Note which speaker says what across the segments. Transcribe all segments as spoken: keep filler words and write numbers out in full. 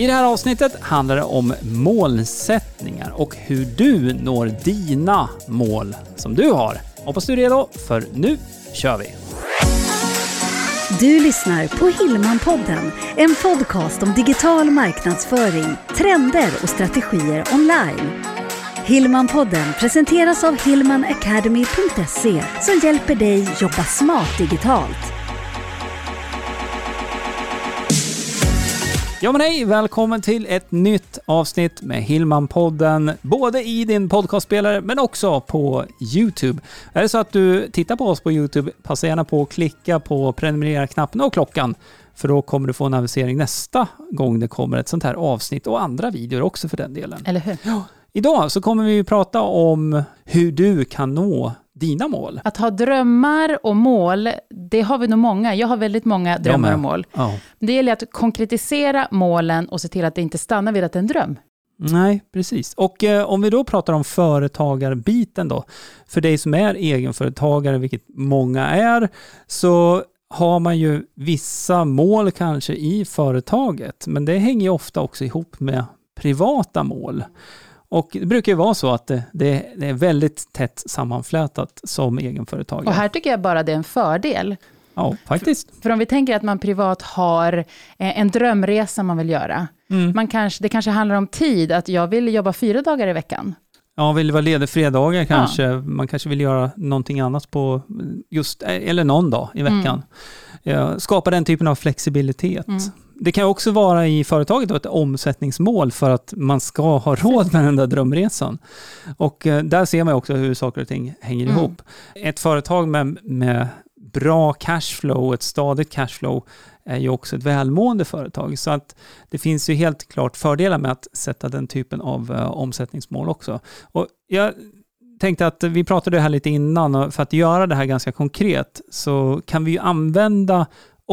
Speaker 1: I det här avsnittet handlar det om målsättningar och hur du når dina mål som du har. Hoppas du är redo, för nu kör vi!
Speaker 2: Du lyssnar på Hillman-podden, en podcast om digital marknadsföring, trender och strategier online. Hillman-podden presenteras av hillman academy punkt se som hjälper dig jobba smart digitalt.
Speaker 1: Ja men hej, välkommen till ett nytt avsnitt med Hillman-podden, både i din podcastspelare men också på YouTube. Är det så att du tittar på oss på YouTube, passa gärna på att klicka på prenumerera-knappen och klockan, för då kommer du få en avisering nästa gång det kommer ett sånt här avsnitt och andra videor också för den delen.
Speaker 2: Eller hur?
Speaker 1: Ja. Idag så kommer vi prata om hur du kan nå dina mål.
Speaker 3: Att ha drömmar och mål, det har vi nog många. Jag har väldigt många drömmar och mål.
Speaker 1: Ja.
Speaker 3: Det gäller att konkretisera målen och se till att det inte stannar vid att det är en dröm.
Speaker 1: Nej, precis. Och eh, om vi då pratar om företagarbiten då, för dig som är egenföretagare, vilket många är, så har man ju vissa mål kanske i företaget, men det hänger ju ofta också ihop med privata mål. Och det brukar ju vara så att det, det är väldigt tätt sammanflätat som egenföretagare.
Speaker 3: Och här tycker jag bara det är en fördel.
Speaker 1: Ja, faktiskt.
Speaker 3: För, för om vi tänker att man privat har en drömresa man vill göra. Mm. Man kanske, det kanske handlar om tid, att jag vill jobba fyra dagar i veckan.
Speaker 1: Ja, vill vara ledig fredagar kanske. Ja. Man kanske vill göra någonting annat på just, eller någon dag i veckan. Mm. Skapa den typen av flexibilitet. Mm. Det kan också vara i företaget då ett omsättningsmål för att man ska ha råd med den där drömresan. Och där ser man också hur saker och ting hänger mm. ihop. Ett företag med, med bra cashflow, ett stadigt cashflow, är ju också ett välmående företag. Så att det finns ju helt klart fördelar med att sätta den typen av uh, omsättningsmål också. Och jag tänkte att vi pratade här lite innan, och för att göra det här ganska konkret så kan vi ju använda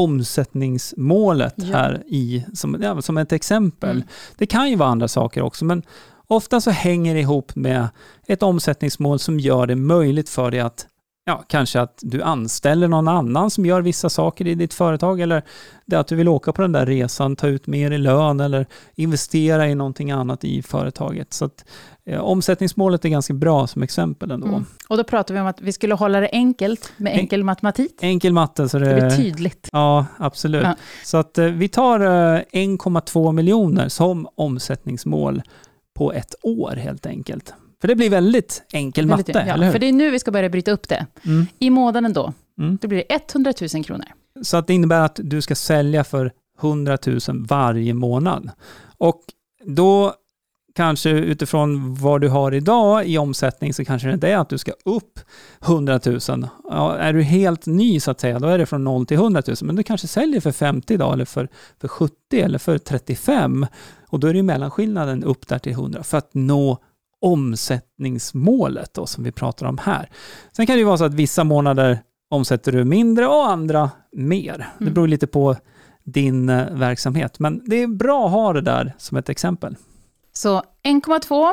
Speaker 1: omsättningsmålet ja. här i, som, ja, som ett exempel. Mm. Det kan ju vara andra saker också, men ofta så hänger det ihop med ett omsättningsmål som gör det möjligt för dig att ja, kanske att du anställer någon annan som gör vissa saker i ditt företag, eller det att du vill åka på den där resan, ta ut mer i lön eller investera i någonting annat i företaget. Så att eh, omsättningsmålet är ganska bra som exempel ändå. Mm.
Speaker 3: Och då pratar vi om att vi skulle hålla det enkelt med enkel en, matematik.
Speaker 1: Enkel matte. Så det,
Speaker 3: det blir tydligt.
Speaker 1: Ja, absolut. Ja. Så att eh, vi tar eh, en komma två miljoner som omsättningsmål på ett år helt enkelt. För det blir väldigt enkel väldigt, matte, ja, eller hur?
Speaker 3: För det är nu vi ska börja bryta upp det. Mm. I månaden då, mm. då blir det hundratusen kronor.
Speaker 1: Så att det innebär att du ska sälja för hundratusen varje månad. Och då kanske utifrån vad du har idag i omsättning så kanske det är att du ska upp hundratusen. Ja, är du helt ny så att säga, då är det från noll till hundratusen. Men du kanske säljer för femtio idag, eller för, för sjuttio eller för trettiofem. Och då är det ju mellanskillnaden upp där till hundra för att nå omsättningsmålet då, som vi pratar om här. Sen kan det ju vara så att vissa månader omsätter du mindre och andra mer. Mm. Det beror lite på din uh, verksamhet. Men det är bra att ha det där som ett exempel.
Speaker 3: Så en komma två,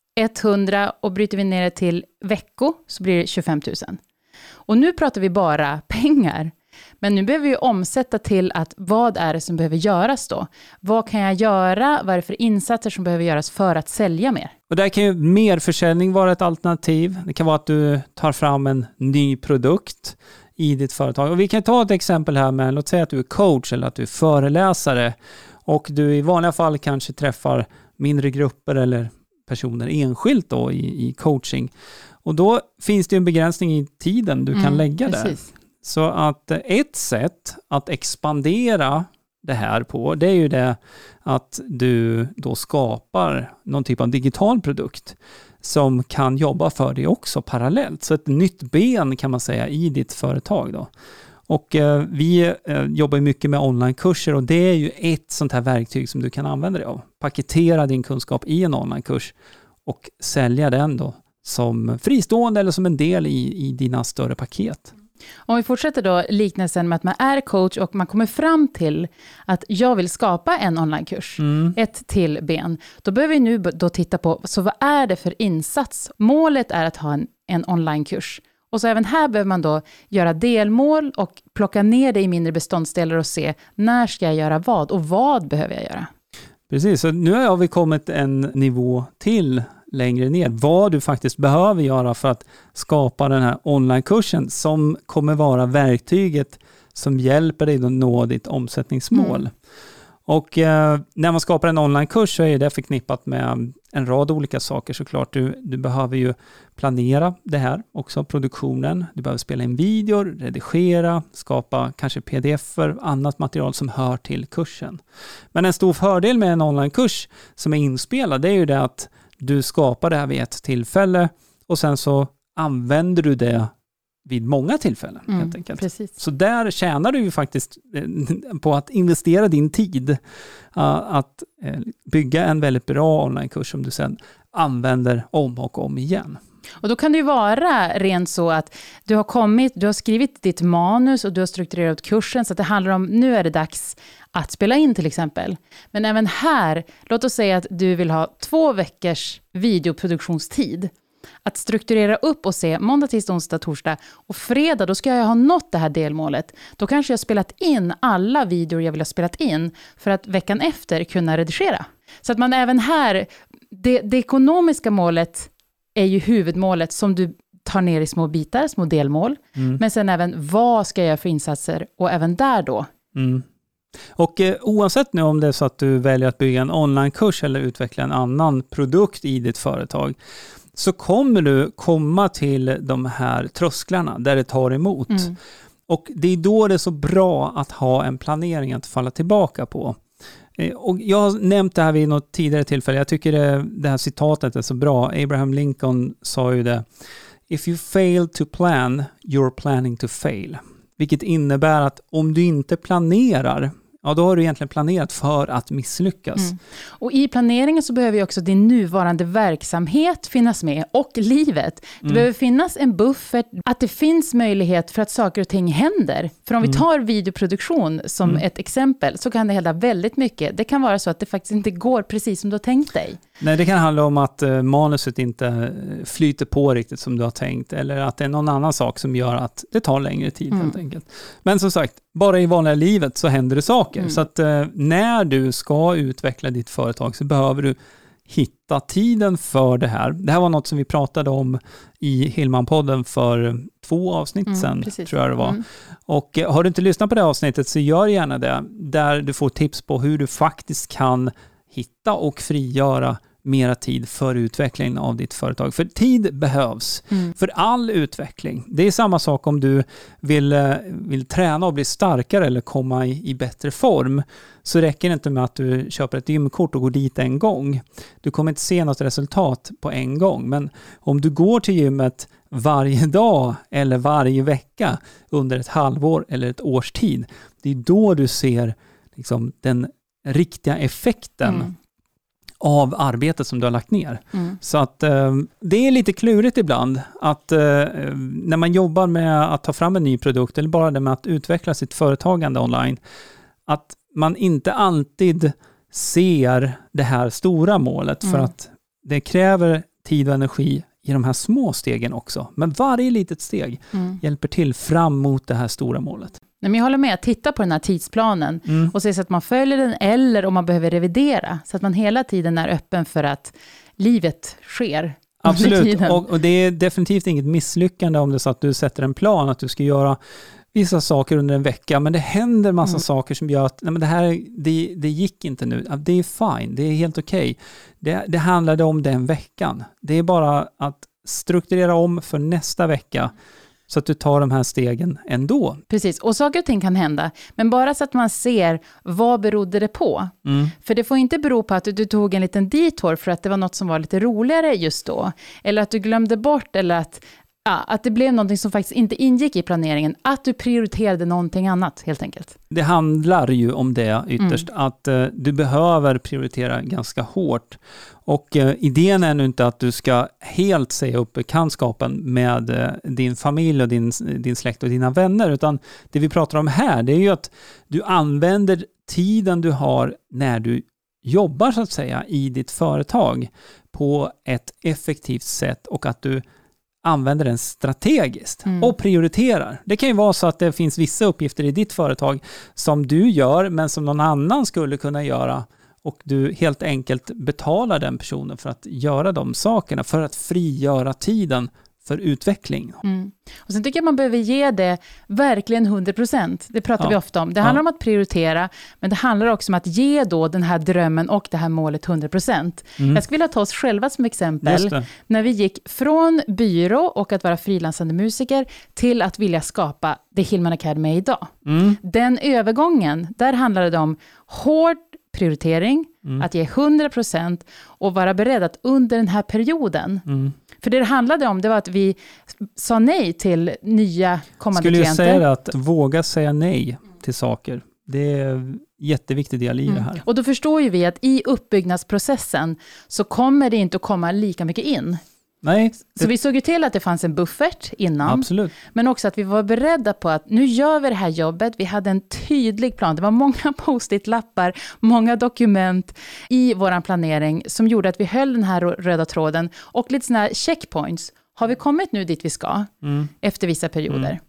Speaker 3: hundra, och bryter vi ner det till veckor så blir det tjugofem tusen. Och nu pratar vi bara pengar. Men nu behöver vi omsätta till att vad är det som behöver göras då? Vad kan jag göra? Vad är det för insatser som behöver göras för att sälja mer?
Speaker 1: Och där kan ju mer försäljning vara ett alternativ. Det kan vara att du tar fram en ny produkt i ditt företag. Och vi kan ta ett exempel här med, låt säga att du är coach eller att du är föreläsare. Och du i vanliga fall kanske träffar mindre grupper eller personer enskilt då i, i coaching. Och då finns det ju en begränsning i tiden du kan mm, lägga precis. där. Så att ett sätt att expandera det här på, det är ju det att du då skapar någon typ av digital produkt som kan jobba för dig också parallellt. Så ett nytt ben kan man säga i ditt företag då. Och eh, vi eh, jobbar mycket med onlinekurser, och det är ju ett sånt här verktyg som du kan använda dig av. Paketera din kunskap i en onlinekurs och sälja den då som fristående eller som en del i, i dina större paket.
Speaker 3: Om vi fortsätter då liknelsen med att man är coach och man kommer fram till att jag vill skapa en onlinekurs, mm. ett till ben. Då behöver vi nu då titta på, så vad är det för insats? Målet är att ha en, en onlinekurs. Och så även här behöver man då göra delmål och plocka ner det i mindre beståndsdelar och se när ska jag göra vad och vad behöver jag göra?
Speaker 1: Precis, så nu har vi kommit en nivå till längre ner. Vad du faktiskt behöver göra för att skapa den här onlinekursen som kommer vara verktyget som hjälper dig att nå ditt omsättningsmål. Mm. Och eh, när man skapar en onlinekurs så är det förknippat med en rad olika saker såklart. Du, du behöver ju planera det här också, produktionen. Du behöver spela in videor, redigera, skapa kanske pdf-er, annat material som hör till kursen. Men en stor fördel med en onlinekurs som är inspelad, det är ju det att du skapar det här vid ett tillfälle och sen så använder du det vid många tillfällen mm, helt enkelt.
Speaker 3: Precis.
Speaker 1: Så där tjänar du ju faktiskt på att investera din tid uh, att uh, bygga en väldigt bra onlinekurs som du sen använder om och om igen.
Speaker 3: Och då kan det ju vara rent så att du har kommit, du har skrivit ditt manus och du har strukturerat kursen så att det handlar om, nu är det dags att spela in till exempel. Men även här, låt oss säga att du vill ha två veckors videoproduktionstid. Att strukturera upp och se måndag, tisdag, onsdag, torsdag och fredag, då ska jag ha nått det här delmålet. Då kanske jag har spelat in alla videor jag vill ha spelat in för att veckan efter kunna redigera. Så att man även här, det, det ekonomiska målet är ju huvudmålet som du tar ner i små bitar, små delmål. Mm. Men sen även vad ska jag göra för insatser och även där då.
Speaker 1: Mm. Och eh, oavsett nu om det är så att du väljer att bygga en onlinekurs eller utveckla en annan produkt i ditt företag, så kommer du komma till de här trösklarna där det tar emot. Mm. Och det är då det är så bra att ha en planering att falla tillbaka på. Och jag har nämnt det här vid något tidigare tillfälle. Jag tycker det, det här citatet är så bra. Abraham Lincoln sa ju det. If you fail to plan, you're planning to fail. Vilket innebär att om du inte planerar, ja, då har du egentligen planerat för att misslyckas. Mm.
Speaker 3: Och i planeringen så behöver ju också din nuvarande verksamhet finnas med och livet. Det mm. behöver finnas en buffert, att det finns möjlighet för att saker och ting händer. För om vi tar mm. videoproduktion som mm. ett exempel så kan det hända väldigt mycket. Det kan vara så att det faktiskt inte går precis som du har tänkt dig.
Speaker 1: Nej, det kan handla om att uh, manuset inte flyter på riktigt som du har tänkt. Eller att det är någon annan sak som gör att det tar längre tid mm. helt enkelt. Men som sagt, bara i vanliga livet så händer det saker. Mm. Så att uh, när du ska utveckla ditt företag så behöver du hitta tiden för det här. Det här var något som vi pratade om i Hillman-podden för två avsnitt mm, sedan, precis. tror jag det var. Mm. Och uh, har du inte lyssnat på det avsnittet så gör gärna det. Där du får tips på hur du faktiskt kan hitta och frigöra mera tid för utvecklingen av ditt företag. För tid behövs mm. för all utveckling. Det är samma sak om du vill, vill träna och bli starkare eller komma i, i bättre form. Så räcker det inte med att du köper ett gymkort och går dit en gång. Du kommer inte se något resultat på en gång. Men om du går till gymmet varje dag eller varje vecka under ett halvår eller ett års tid, det är då du ser liksom den riktiga effekten mm. av arbetet som du har lagt ner. Mm. Så att eh, det är lite klurigt ibland att eh, när man jobbar med att ta fram en ny produkt eller bara det med att utveckla sitt företagande online, att man inte alltid ser det här stora målet mm. för att det kräver tid och energi i de här små stegen också. Men varje litet steg mm. hjälper till fram mot det här stora målet.
Speaker 3: Nej, men jag håller med. Titta på den här tidsplanen mm. och se så att man följer den eller om man behöver revidera. Så att man hela tiden är öppen för att livet sker.
Speaker 1: Absolut. Och, och det är definitivt inget misslyckande om det är så att du sätter en plan att du ska göra vissa saker under en vecka. Men det händer massa mm. saker som gör att nej, men det här det, det gick inte nu. Det är fine. Det är helt okej. Okay. Det, det handlade om den veckan. Det är bara att strukturera om för nästa vecka. Så att du tar de här stegen ändå.
Speaker 3: Precis, och saker och ting kan hända. Men bara så att man ser vad berodde det på. Mm. För det får inte bero på att du, du tog en liten detour för att det var något som var lite roligare just då. Eller att du glömde bort eller att, ja, att det blev någonting som faktiskt inte ingick i planeringen. Att du prioriterade någonting annat helt enkelt.
Speaker 1: Det handlar ju om det ytterst. Mm. Att uh, du behöver prioritera ganska hårt. Och uh, idén är nu inte att du ska helt säga upp bekantskapen med uh, din familj och din, din släkt och dina vänner. Utan det vi pratar om här, det är ju att du använder tiden du har när du jobbar så att säga i ditt företag på ett effektivt sätt och att du använder den strategiskt mm. och prioriterar. Det kan ju vara så att det finns vissa uppgifter i ditt företag som du gör men som någon annan skulle kunna göra och du helt enkelt betalar den personen för att göra de sakerna, för att frigöra tiden för utveckling.
Speaker 3: Mm. Och sen tycker jag man behöver ge det verkligen hundra procent. Det pratar
Speaker 1: ja.
Speaker 3: vi ofta om. Det handlar
Speaker 1: ja.
Speaker 3: om att prioritera, men det handlar också om att ge då den här drömmen och det här målet hundra procent. Mm. Jag skulle vilja ta oss själva som exempel. När vi gick från byrå och att vara frilansande musiker till att vilja skapa The Hillman Academy idag. Mm. Den övergången, där handlade det om hård prioritering, mm. att ge hundra procent och vara beredd att under den här perioden. Mm. För det det handlade om, det var att vi sa nej till nya kommande
Speaker 1: Skulle
Speaker 3: klienter.
Speaker 1: Skulle jag säga att våga säga nej till saker. Det är en jätteviktig del i mm. det här.
Speaker 3: Och då förstår ju vi att i uppbyggnadsprocessen så kommer det inte att komma lika mycket in.
Speaker 1: Nej.
Speaker 3: Så vi såg ju till att det fanns en buffert innan.
Speaker 1: Absolut.
Speaker 3: Men också att vi var beredda på att nu gör vi det här jobbet. Vi hade en tydlig plan. Det var många post-it-lappar, många dokument i vår planering som gjorde att vi höll den här röda tråden. Och lite sådana här checkpoints. Har vi kommit nu dit vi ska mm. efter vissa perioder? Mm.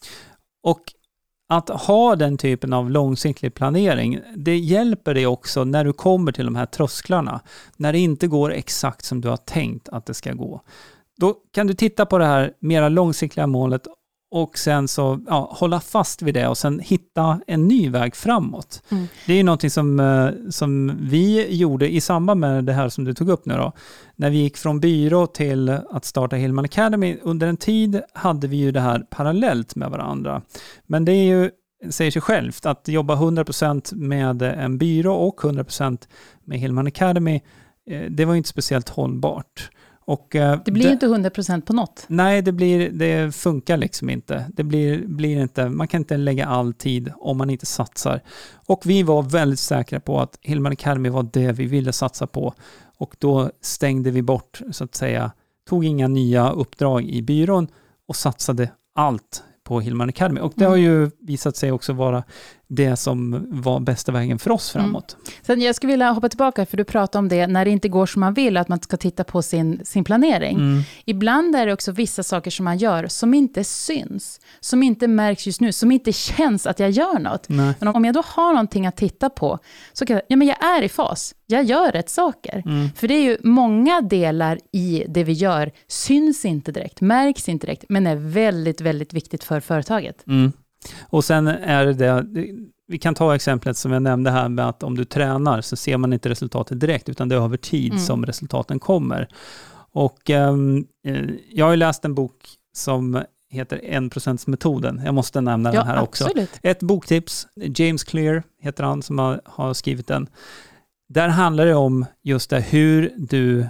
Speaker 1: Och att ha den typen av långsiktig planering, det hjälper dig också när du kommer till de här trösklarna. När det inte går exakt som du har tänkt att det ska gå. Då kan du titta på det här mera långsiktiga målet och sen så ja, hålla fast vid det och sen hitta en ny väg framåt. Mm. Det är ju någonting som, som vi gjorde i samband med det här som du tog upp nu då. När vi gick från byrå till att starta Hillman Academy, under en tid hade vi ju det här parallellt med varandra. Men det är ju, säger sig självt, att jobba hundra procent med en byrå och hundra procent med Hillman Academy, det var ju inte speciellt hållbart. Och,
Speaker 3: det blir det, inte hundra procent på något.
Speaker 1: Nej, det, blir, det funkar liksom inte. Det blir, blir inte. Man kan inte lägga all tid om man inte satsar. Och vi var väldigt säkra på att Hillman Academy var det vi ville satsa på. Och då stängde vi bort, så att säga, tog inga nya uppdrag i byrån och satsade allt på Hillman Academy. Och det har ju visat sig också vara det som var bästa vägen för oss framåt. Mm.
Speaker 3: Sen jag skulle vilja hoppa tillbaka, för du pratade om det när det inte går som man vill, att man ska titta på sin, sin planering. Mm. Ibland är det också vissa saker som man gör som inte syns, som inte märks just nu, som inte känns att jag gör något. Nej. Men om jag då har någonting att titta på så kan jag, ja men jag är i fas. Jag gör rätt saker. Mm. För det är ju många delar i det vi gör syns inte direkt, märks inte direkt, men är väldigt, väldigt viktigt för företaget.
Speaker 1: Mm. Och sen är det, vi kan ta exemplet som jag nämnde här med att om du tränar så ser man inte resultatet direkt, utan det är över tid mm. som resultaten kommer. Och eh, jag har ju läst en bok som heter en procents metoden. Jag måste nämna ja, den här absolut. också. Ett boktips, James Clear heter han som har, har skrivit den. Där handlar det om just det, hur du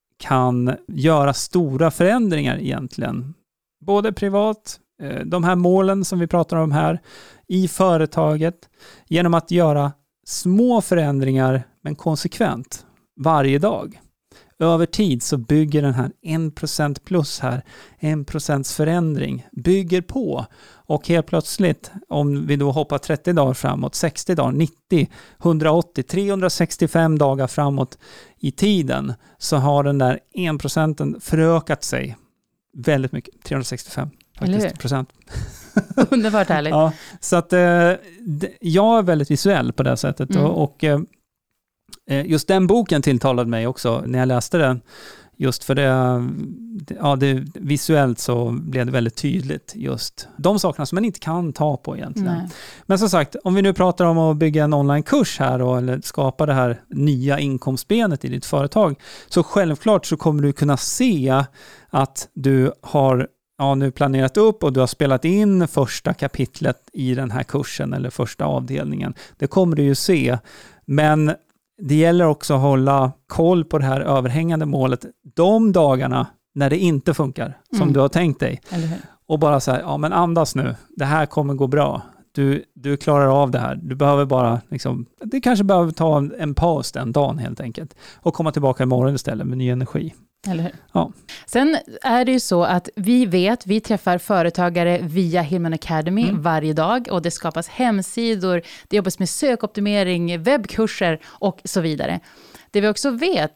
Speaker 1: kan göra stora förändringar egentligen. Både privat, de här målen som vi pratar om här, i företaget, genom att göra små förändringar men konsekvent varje dag. Över tid så bygger den här en procent plus här, en procents förändring, bygger på. Och helt plötsligt, om vi då hoppar trettio dagar framåt, sextio dagar, nittio, hundraåttio, trehundrasextiofem dagar framåt i tiden, så har den där en procenten förökat sig väldigt mycket, trehundrasextiofem faktiskt, procent.
Speaker 3: Underbart härligt.
Speaker 1: Ja, så att eh, jag är väldigt visuell på det sättet. Mm. Och, och eh, just den boken tilltalade mig också när jag läste den. Just för det, ja, det visuellt så blev det väldigt tydligt just de sakerna som man inte kan ta på egentligen. Nej. Men som sagt, om vi nu pratar om att bygga en onlinekurs här då, eller skapa det här nya inkomstbenet i ditt företag, så självklart så kommer du kunna se att du har ja, nu planerat upp och du har spelat in första kapitlet i den här kursen eller första avdelningen. Det kommer du ju se. Men det gäller också att hålla koll på det här överhängande målet de dagarna när det inte funkar som mm. du har tänkt dig. Och bara säga, ja men andas nu. Det här kommer gå bra. Du, du klarar av det här. Du behöver bara, liksom, det kanske behöver ta en, en paus den dagen helt enkelt. Och komma tillbaka imorgon istället med ny energi.
Speaker 3: Eller hur?
Speaker 1: Ja.
Speaker 3: Sen är det ju så att vi vet, vi träffar företagare via Hillman Academy mm. varje dag och det skapas hemsidor, det jobbas med sökoptimering, webbkurser och så vidare. Det vi också vet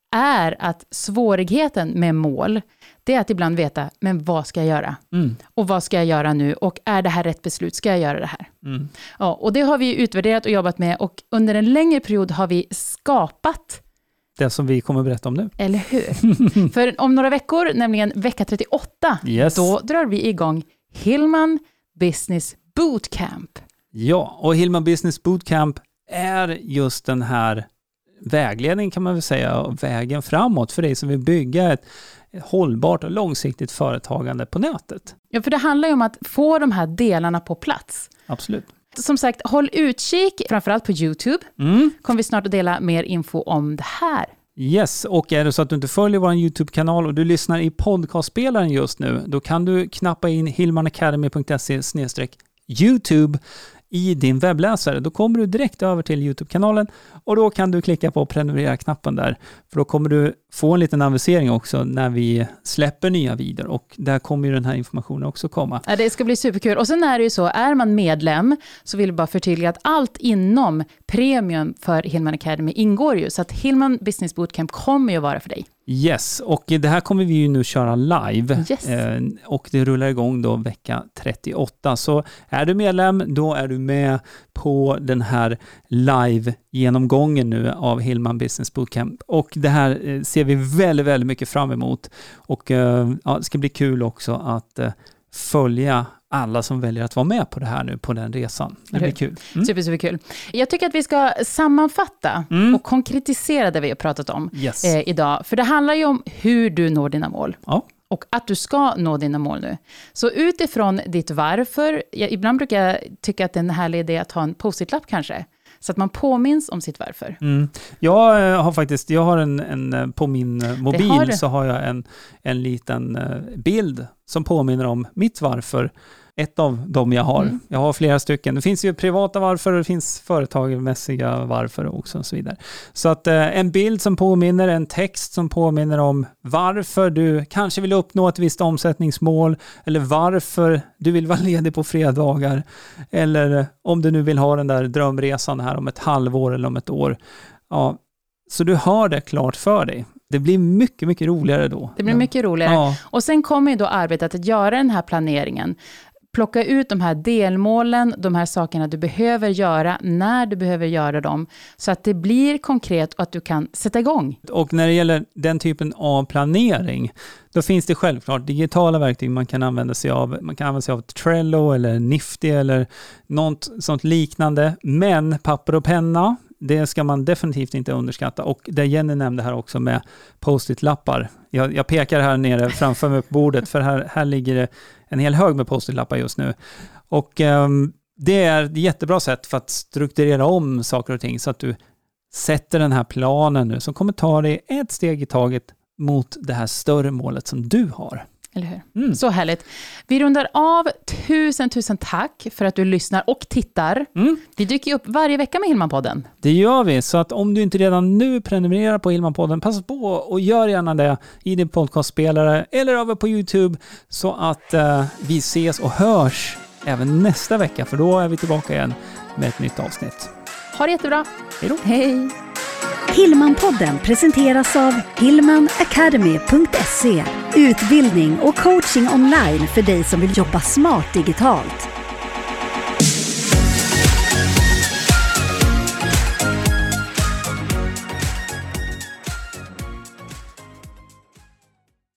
Speaker 3: är att svårigheten med mål, det är att ibland veta, men vad ska jag göra? Mm. Och vad ska jag göra nu? Och är det här rätt beslut? Ska jag göra det här? Mm. Ja, och det har vi utvärderat och jobbat med, och under en längre period har vi skapat
Speaker 1: det som vi kommer att berätta om nu.
Speaker 3: Eller hur? För om några veckor, nämligen vecka trettioåtta, yes. Då drar vi igång Hillman Business Bootcamp.
Speaker 1: Ja, och Hillman Business Bootcamp är just den här vägledningen, kan man väl säga, och vägen framåt för dig som vill bygga ett hållbart och långsiktigt företagande på nätet.
Speaker 3: Ja, för det handlar ju om att få de här delarna på plats.
Speaker 1: Absolut.
Speaker 3: Som sagt, håll utkik, framförallt på YouTube. Mm. Kommer vi snart att dela mer info om det här.
Speaker 1: Yes, och är det så att du inte följer vår YouTube-kanal och du lyssnar i podcastspelaren just nu, då kan du knappa in hillmanacademy punkt se slash YouTube i din webbläsare. Då kommer du direkt över till YouTube-kanalen och då kan du klicka på prenumerera-knappen där. För då kommer du få en liten avisering också när vi släpper nya videor, och där kommer ju den här informationen också komma.
Speaker 3: Ja, det ska bli superkul. Och sen är det ju så, är man medlem så vill jag bara förtydliga att allt inom premium för Hillman Academy ingår ju, så att Hillman Business Bootcamp kommer ju vara för dig.
Speaker 1: Yes, och det här kommer vi ju nu köra live.
Speaker 3: Yes.
Speaker 1: Eh, och det rullar igång då vecka trettioåtta. Så är du medlem, då är du med på den här live-genomgången nu av Hillman Business Bootcamp. Och det här eh, ser vi väldigt, väldigt mycket fram emot. Och eh, ja, det ska bli kul också att eh, följa alla som väljer att vara med på det här nu, på den resan. Det blir kul.
Speaker 3: Mm. Super, super kul. Jag tycker att vi ska sammanfatta mm. och konkretisera det vi har pratat om
Speaker 1: yes.
Speaker 3: eh, idag. För det handlar ju om hur du når dina mål.
Speaker 1: Ja.
Speaker 3: Och att du ska nå dina mål nu. Så utifrån ditt varför, jag, ibland brukar jag tycka att det är en härlig idé att ha en post-it-lapp kanske. Så att man påminns om sitt varför.
Speaker 1: Mm. Jag har faktiskt, jag har en, en på min mobil har så har jag en, en liten bild som påminner om mitt varför. Ett av dem jag har. Mm. Jag har flera stycken. Det finns ju privata varför och det finns företagsmässiga varför också och så vidare. Så att eh, en bild som påminner, en text som påminner om varför du kanske vill uppnå ett visst omsättningsmål, eller varför du vill vara ledig på fredagar, eller om du nu vill ha den där drömresan här om ett halvår eller om ett år. Ja, så du har det klart för dig. Det blir mycket, mycket roligare då.
Speaker 3: Det blir mycket roligare. Ja. Och sen kommer ju då arbetet att göra den här planeringen. Plocka ut de här delmålen, de här sakerna du behöver göra när du behöver göra dem, så att det blir konkret och att du kan sätta igång.
Speaker 1: Och när det gäller den typen av planering, då finns det självklart digitala verktyg man kan använda sig av. Man kan använda sig av Trello eller Nifty eller något sånt liknande. Men papper och penna, det ska man definitivt inte underskatta. Och det Jenny nämnde här också med post-it-lappar. Jag, jag pekar här nere framför mig på bordet, för här, här ligger det en hel hög med post-it-lappar just nu. Och um, det är ett jättebra sätt för att strukturera om saker och ting så att du sätter den här planen nu som kommer ta dig ett steg i taget mot det här större målet som du har.
Speaker 3: Eller hur? Mm. Så härligt. Vi rundar av. Tusen, tusen tack för att du lyssnar och tittar. Mm. Vi dyker upp varje vecka med Hillman-podden.
Speaker 1: Det gör vi. Så att om du inte redan nu prenumererar på Hillman-podden, passa på och gör gärna det i din podcastspelare eller över på YouTube, så att uh, vi ses och hörs även nästa vecka. För då är vi tillbaka igen med ett nytt avsnitt.
Speaker 3: Ha det jättebra.
Speaker 1: Hej då.
Speaker 3: Hej.
Speaker 2: Hillman-podden presenteras av hillman academy punkt se. Utbildning och coaching online för dig som vill jobba smart digitalt.